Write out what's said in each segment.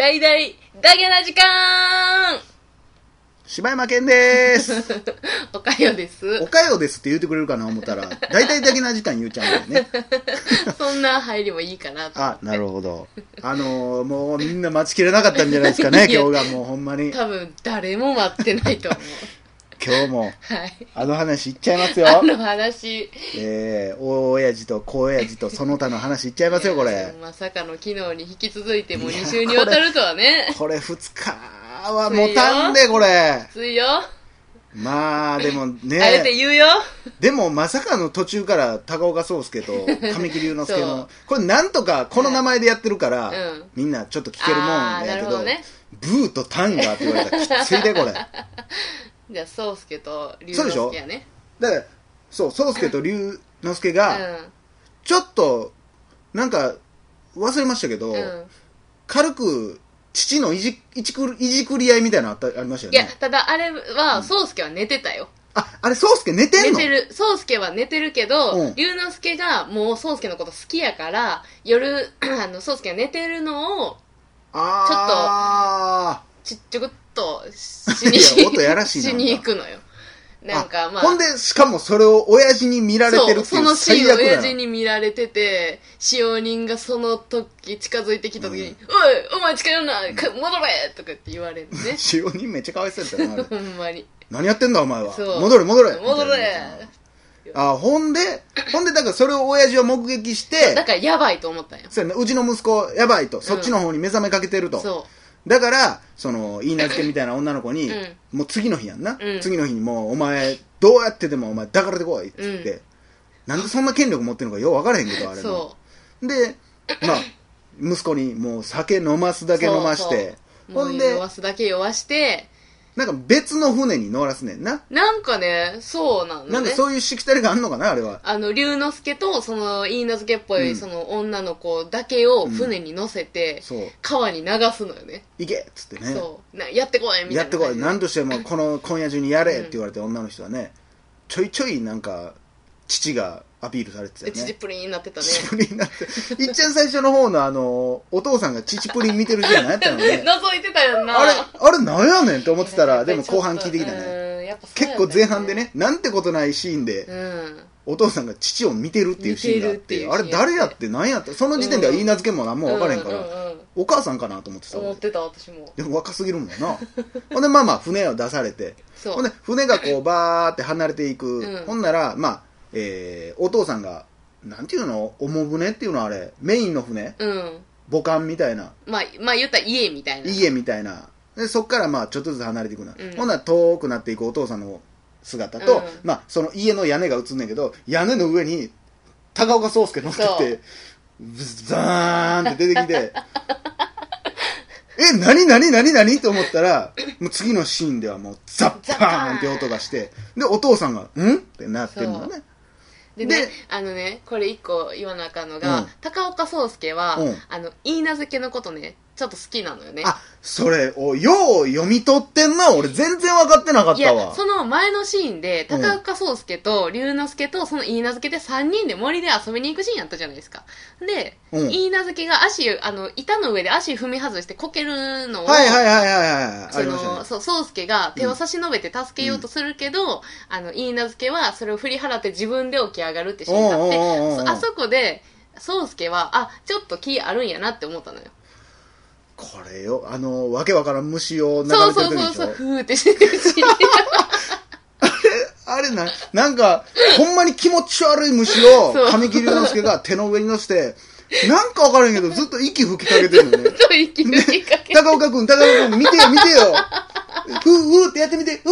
大々だけな時間柴山健でーす。 おかよです。 おかよですって言ってくれるかな思ったら、大体だけな時間言っちゃうんだよね。 そんな入りもいいかなと。 あ、なるほど。もうみんな待ちきれなかったんじゃないですかね、今日がもうほんまに。 多分誰も待ってないと思う。 今日も、 はい。 あの話いっちゃいますよ。 あの話。 大親父と小親父とその他の話いっちゃいますよ、これ。 まさかの昨日に引き続いてもう2週にわたるとはね。 これ2日は持たんで、これ。 ついよ。 まあ、でもね。 あえて言うよ。 でも、まさかの途中から高岡壮介と神木隆之介の、これなんとかこの名前でやってるから、みんなちょっと聞けるもんやけど、 ね、 ブーとタンガーって言われたらきついで、これ。 じゃあ、壮介と龍之介やね。 だから、そう、壮介と龍之介が、ちょっと、なんか、忘れましたけど、軽く、父のいじくり合いみたいなのありましたよね。 いや、ただあれは、壮介は寝てたよ。 あれ、壮介寝てんの？ 寝てる。壮介は寝てるけど、龍之介がもう壮介のこと好きやから、夜、壮介が寝てるのを、ちょっと、ちょこっとしに行くのよ。なんかまあ。 ほんで、しかもそれを親父に見られてるっていう。 そのシーンを親父に見られてて、使用人がその時近づいてきた時に、おい、お前近寄んな、戻れとかって言われるね。 使用人めっちゃかわいそうやったよな、 ほんまに。 何やってんだお前は。戻れ。戻れほんで、だからそれを親父は目撃して、 だからやばいと思ったんよ。 そうやな、うちの息子やばいと、そっちの方に目覚めかけてると。そう。だから、いいなずけみたいな女の子に、もう次の日やんな。次の日にもう、お前、どうやってでもお前抱かれてこいって言って、なんでそんな権力持ってるのかよう分からへんけど、あれも。で、まあ、息子にもう酒飲ますだけ飲まして、 ほんで、飲ますだけ酔わして、 なんか別の船に乗らすねんな。 なんかね、そうなんだね。 なんかそういうしきたりがあんのかな、あれは。 龍之介と、その、いいなずけっぽい、その女の子だけを船に乗せて、川に流すのよね。 行けっつってね。 そう。やってこいみたいな。 やってこい。なんとしても、今夜中にやれって言われて女の人はね、ちょいちょいなんか、父がアピールされてたよね。 父プリンになってたね。 父プリンになって。いっちゃん最初の方のお父さんが父プリン見てるじゃないったのね。 覗いてたよな。 あれなんやねんって思ってたら、でも後半聞いてきたね。結構前半でね、なんてことないシーンで、お父さんが父を見てるっていうシーンがあって、あれ誰やって何やって、その時点では言い名付けも何も分からへんから、お母さんかなと思ってた。 思ってた、私も。 でも若すぎるもんな。ほんでまあ船を出されて、ほんで船がこうバーって離れていく。ほんなら、まあ、お父さんが、なんていうの、重船っていうのはあれ、メインの船、母艦みたいな。 まあ言ったら家みたいな。 家みたいな。でそっからまあちょっとずつ離れていくな。ほんなら遠くなっていくお父さんの姿と、まあその家の屋根が映んねんけど、屋根の上に高岡壮介乗ってて、ザーンって出てきて、何と思ったら、もう次のシーンではもうザッパーンって音がして、で、お父さんが、んってなってるのね。 でね、これ一個言わなあかんのが、高岡壮介は、いいなずけのことね、ちょっと好きなのよね。 あ、それをよう読み取ってんな。俺全然分かってなかったわ。 いや、その前のシーンで、高岡壮介と龍之介とそのいいなずけで3人で森で遊びに行くシーンやったじゃないですか。で、いいなずけが板の上で足踏み外してこけるのを、壮介が手を差し伸べて助けようとするけど、いいなずけはそれを振り払って自分で起き上がるってシーンがあって、あそこで、壮介は、ちょっと気あるんやなって思ったのよ。 これよ、わけわからん虫を眺めてる時でしょ。 ふーってしてるし。 あれなんか、ほんまに気持ち悪い虫を、神木隆之介が手の上に乗せて、なんかわからんけど、ずっと息吹きかけてるのね。 そう、息吹きかけてる。 高岡くん、見てよ。ふーってやってみて。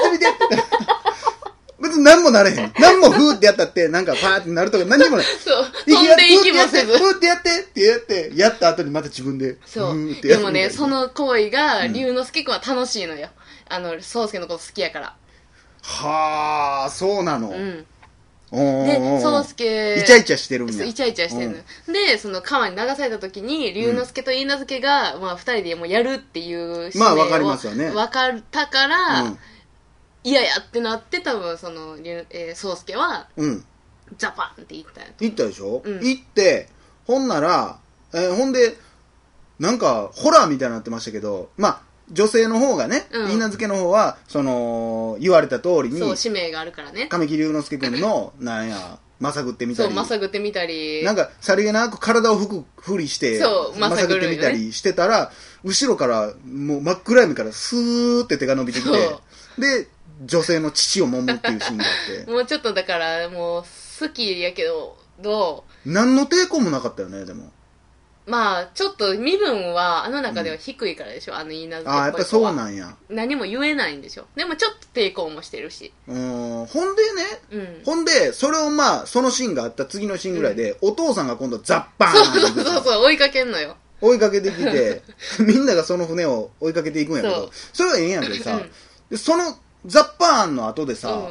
別に何もなれへん。何もふーってやったって、なんかパーってなるとか何にもない。 そう。飛んで息もせず。 ふーってやって、やった後にまた自分で。 そう。でもね、その行為が、龍之介くんは楽しいのよ。壮介のこと好きやから。 はあ、そうなの。 で、壮介。 イチャイチャしてるんや。 イチャイチャしてるの。で、その川に流された時に、龍之介といいなずけが、まあ二人でもうやるっていうまあわかりますよね。 わかったから、嫌やってなって多分その壮介はジャパンって言ったやつ。 言ったでしょ、行ってほんならほんでなんかホラーみたいになってましたけど、まあ女性の方がね、 うん、 許嫁の方はその言われた通りに、 そう使命があるからね。 神木隆之介君のなんやまさぐってみたり、 そうまさぐってみたり、 なんかさりげなく体を拭くふりしてそうまさぐってみたりしてたら、後ろからもう真っ暗闇からスーって手が伸びてきて、で女性の乳を揉むっていうシーンがあってもうちょっとだからもう好きやけど何の抵抗もなかったよね。でもまあちょっと身分はあの中では低いからでしょ、あの言い名付けっぽい子は。 ああやっぱりそうなんや。 何も言えないんでしょ。でもちょっと抵抗もしてるし、 ほんでね、ほんでそれをまあそのシーンがあった次のシーンぐらいで、お父さんが今度ザッパーンそう追いかけんのよ。 追いかけてきてみんながその船を追いかけていくんやけど、それはええんやけどさ、でそのザッパーンの後でさ、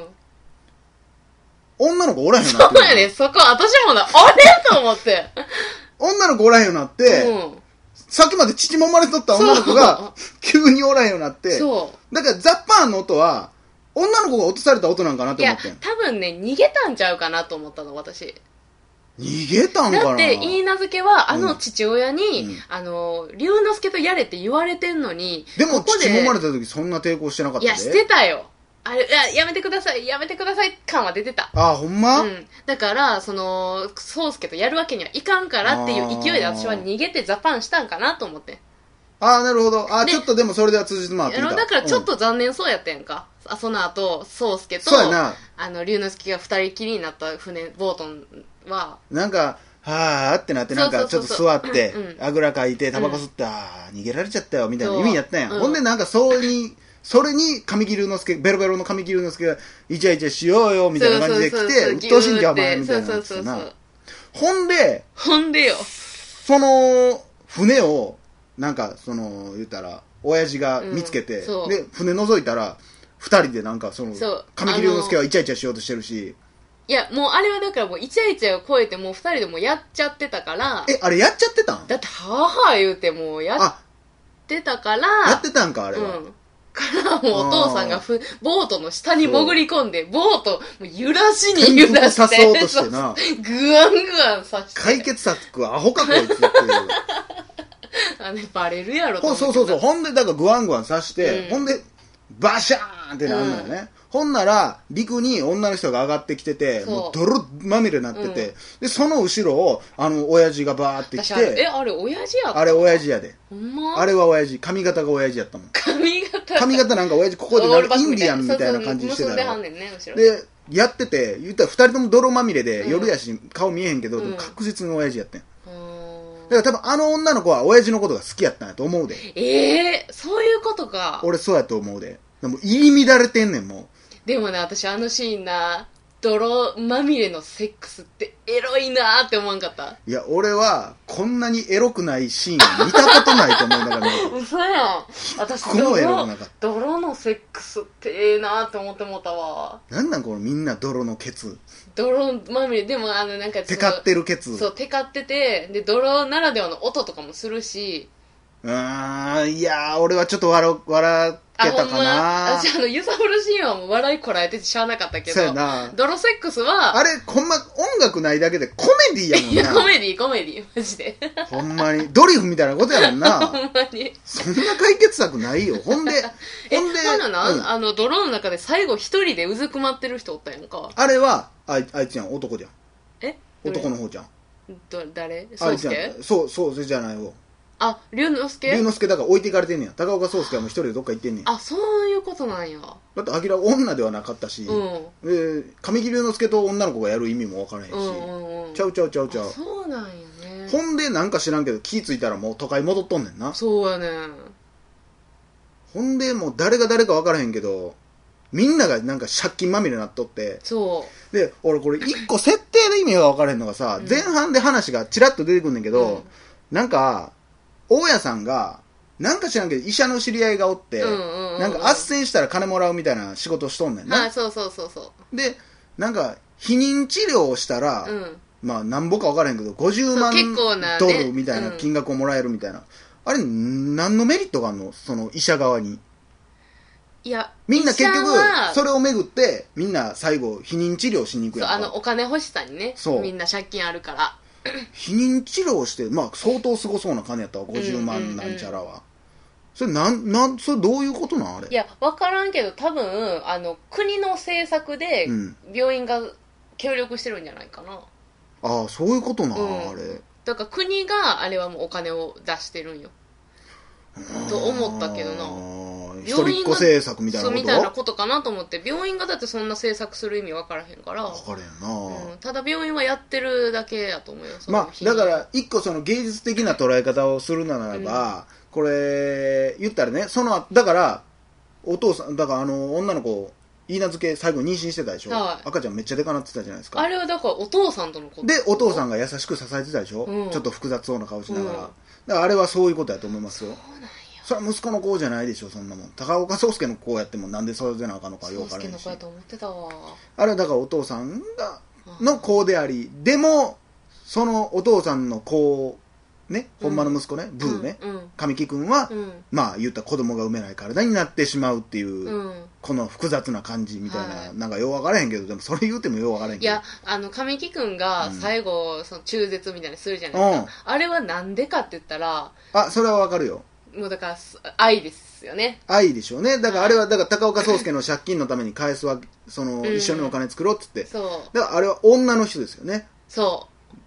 女の子おらへんようになってそうやね、そこ私もあれと思って女の子おらへんようになって、さっきまで乳もまれとった女の子が急におらへんようになって、だからザッパーンの音は女の子が落とされた音なんかなって思ってん。 いや多分ね逃げたんちゃうかなと思ったの私。 逃げたんかな。 だって許嫁はあの父親に、龍之介とやれって言われてんのに、 でも乳もまれた時そんな抵抗してなかったで。 いやしてたよ。あれやめてくださいやめてください感は出てた。 あほんま、 だからその宗介とやるわけにはいかんからっていう勢いで私は逃げてザパンしたんかなと思って。 ああなるほど。ちょっとでもそれでは辻褄合ってきた。 だからちょっと残念そうやったやんか、その後宗介と龍之介が二人きりになったボートはなんかはーってなって、なんかちょっと座ってあぐらかいてタバコ吸って、逃げられちゃったよみたいな意味やったんや、ほんでなんかそれに神木隆之介ベロベロの神木隆之介がイチャイチャしようよみたいな感じで来て、うっとうしいんじゃお前みたいなほんでよその船をなんかその言ったら親父が見つけて、で船覗いたら二人でなんかその神木隆之介はイチャイチャしようとしてるし、 いやもうあれはだからもうイチャイチャを超えてもう二人でもうやっちゃってたから。 あれやっちゃってたんだってはぁはぁ言うてもうやってたからやってたんかあれは、 からもうお父さんがボートの下に潜り込んでボート揺らしに揺らしてさそうとしてなグワングワンさして解決策はアホかこいつっていうバレるやろと思って。 そうほんでだからグワングワンさして、ほんでバシャーンってなるのよね、ほんなら陸に女の人が上がってきててもう泥まみれになってて、でその後ろを親父がバーって来て、 あれ親父やった？ あれ親父やで、 ほんま？ あれは親父、髪型が親父やったもん。 髪型なんか親父ここでなんかインディアンみたいな感じしてたのでやってて、言ったら2人とも泥まみれで、夜やし顔見えへんけど、確実に親父やってん。だから多分あの女の子は親父のことが好きやったんやと思うで。 そういうことか。 俺そうやと思うで。でも入り乱れてんねんもう。 でもね私あのシーンな、泥まみれのセックスってエロいなーって思わんかった？ いや俺はこんなにエロくないシーン見たことないと思いながら嘘やん。私泥のセックスってええなーって思ってもったわ。 なんなんこのみんな泥のケツ、 泥まみれでもなんかテカってるケツ、 そうテカってて、で泥ならではの音とかもするし、 いや俺はちょっと笑けたかな。 私揺さぶるシーンはもう笑いこらえててしゃあなかったけど、 そうやな。 泥セックスはあれほんま音楽ないだけでコメディやもんな。 いやコメディマジでほんまにドリフみたいなことやもんなほんまにそんな解決策ないよ。ほんで泥の中で最後一人でうずくまってる人おったやんか。 あれはあいつやん、男じゃん。男の方じゃん。 誰？宗介？ そうじゃない方。 龍之介だから置いていかれてんねや。高岡宗介はもう一人でどっか行ってんねん。 そういうことなんや。 だって明らか女ではなかったし、神木隆之介と女の子がやる意味も分からへんし、ちゃうそうなんやね。 ほんでなんか知らんけど気付いたらもう都会戻っとんねんな。 そうやね。 ほんでもう誰が誰か分からへんけどみんながなんか借金まみれになっとって、で俺これ一個設定で意味が分からへんのがさ、前半で話がチラッと出てくんねんけど、なんか大家さんがなんか知らんけど医者の知り合いがおって、なんか斡旋したら金もらうみたいな仕事しとんねんな。 そうでなんか避妊治療をしたら、まあなんぼか分からへんけど50万ドルみたいな金額をもらえるみたいな、あれ何のメリットがあるの、その医者側に。 いやみんな結局それをめぐってみんな最後避妊治療しに行くやんか。 お金欲しさにね、みんな借金あるから。 避妊治療して、まあ相当すごそうな金やったわ、50万なんちゃらは。それそれどういうことなんあれ。 いや、わからんけど、多分、国の政策で、病院が協力してるんじゃないかな。 ああ、そういうことな、あれ。 だから国が、あれはもうお金を出してるんよ。と思ったけどな。 一人っ子政策みたいなこと？ そうみたいなことかなと思って、病院がだってそんな政策する意味分からへんから。 分からへんな、 ただ病院はやってるだけやと思うよ。 まあ、だから一個その芸術的な捉え方をするならば、これ言ったらね、だからお父さん、だから女の子言い名付け最後妊娠してたでしょ、赤ちゃんめっちゃでかなってたじゃないですか。 あれはだからお父さんとのことで、お父さんが優しく支えてたでしょ、ちょっと複雑そうな顔しながら、だからあれはそういうことやと思いますよ。そうなんや。それは息子の子じゃないでしょ、そんなもん。高岡壮介の子やってもなんでそれでなあかんのかよくわからないし。壮介の子やと思ってたわ。あれはだからお父さんの子であり、でもそのお父さんの子ね、ほんまの息子ね、ブーね、神木君は、まあ言ったら子供が産めない体になってしまうっていう、この複雑な感じみたいな、なんかよう分からへんけど、でもそれ言うてもよう分からへんけど。いや、 神木君が最後、その中絶みたいにするじゃないですか。あれはなんでかって言ったら、 それは分かるよ。 もうだから愛ですよね。 愛でしょうね。だからあれはだから高岡壮介の借金のために返すわけ、一緒にお金作ろうっつって。そう。だからあれは女の人ですよね。そう。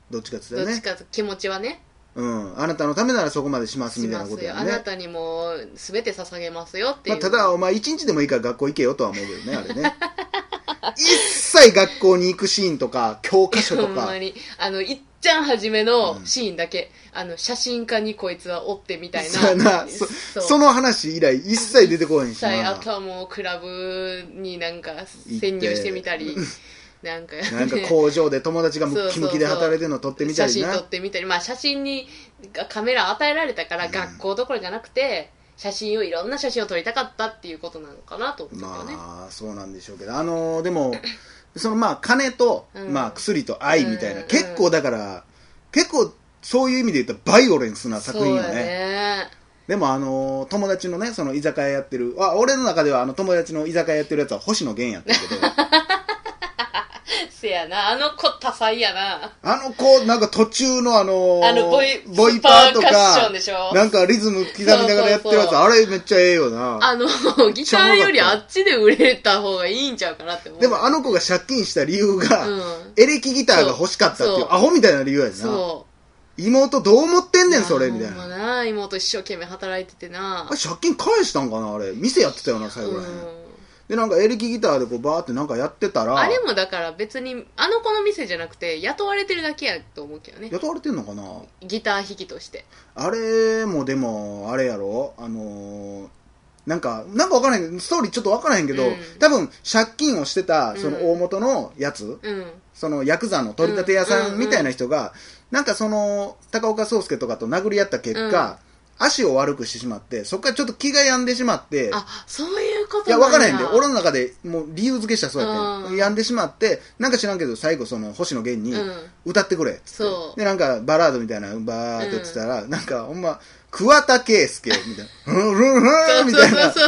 どっちかって言ったらね。 どっちかって気持ちはね。 あなたのためならそこまでしますみたいなことやね。 あなたにも全て捧げますよっていう。 ただお前一日でもいいから学校行けよとは思うけどね、あれね。一切学校に行くシーンとか教科書とか。ほんまにいっちゃん初めのシーンだけ、写真家にこいつはおってみたいな。 その話以来一切出てこないしな。 あとはもうクラブになんか潜入してみたり。なんか工場で友達がムキムキで働いてるの撮ってみたりな。 写真撮ってみたり、まあ写真にカメラ与えられたから学校どころじゃなくて、いろんな写真を撮りたかったっていうことなのかなと思ったけどね。 まあそうなんでしょうけど、でもそのまあ金と、まあ薬と愛みたいな、結構だから結構そういう意味で言ったらバイオレンスな作品よね。でも友達のね、その居酒屋やってる、俺の中では友達の居酒屋やってるやつは星野源やったけど。 せやな、子多彩やな。 子、なんか途中のボイパーとか、なんかリズム刻みながらやってるやつ、あれめっちゃええよな。 ギターよりあっちで売れた方がいいんちゃうかなって思う。 でも子が借金した理由が、エレキギターが欲しかったっていうアホみたいな理由やな。妹どう思ってんねんそれみたいな。妹一生懸命働いててな。 借金返したんかなあれ。店やってたよな、最後らへん。で、なんかエレキギターでこうバーってなんかやってたら。 あれもだから別に、子の店じゃなくて雇われてるだけやと思うけどね。 雇われてんのかなギター弾きとして。 あれもでも、あれやろなんかわからへん、ストーリーちょっとわからへんけど、多分借金をしてた、その大元のやつ、そのヤクザの取り立て屋さんみたいな人が、なんか高岡壮介とかと殴り合った結果、足を悪くしてしまって、そっからちょっと気が病んでしまって、 そういうこといや、わからへんで、俺の中でもう理由付けしたらそうやって、病んでしまって、なんか知らんけど、最後星野源に、歌ってくれって。で、なんかバラードみたいなバーって言ってたら、なんかほんま、桑田佳祐みたいな、みたいな、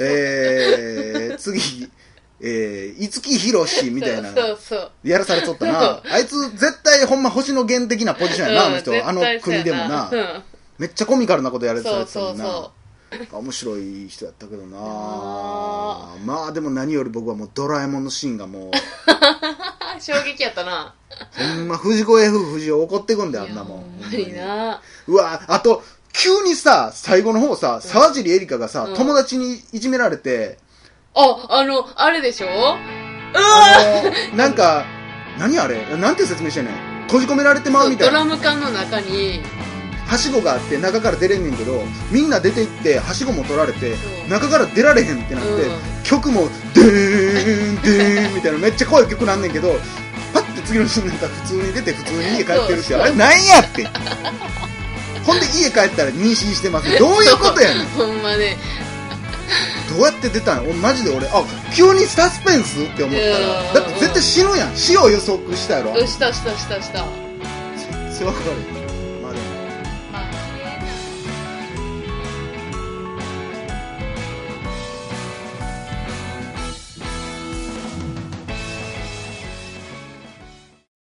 次、五木ひろしみたいな、やらされとったな。あいつ絶対ほんま星野源的なポジションやな、あの人。国でもな。めっちゃコミカルなことやらされてたもんな。面白い人やったけどな。まあでも何より僕はもうドラえもんのシーンがもう衝撃やったな。 ほんま藤子 F 不二雄怒ってくんだよ、あんなもん。 ほんまにな。 うわ、あと急にさ、最後の方さ、沢尻エリカがさ、友達にいじめられて、 あれでしょ？ なんか何あれ、なんて説明してんねん。閉じ込められてまうみたいな。 ドラム缶の中にはしごがあって中から出れんねんけど、みんな出て行ってはしごも取られて中から出られへんってなって、曲もデーンデーンみたいなめっちゃ怖い曲なんねんけど、パッて次の日になんか普通に出て普通に家帰ってるって、あれなんやって。ほんで家帰ったら妊娠してます。どういうことやねん。 ほんまね。 どうやって出たん？マジで俺急にサスペンスって思ったら、だって絶対死ぬやん。死を予測したやろ。 した。 全然わかる。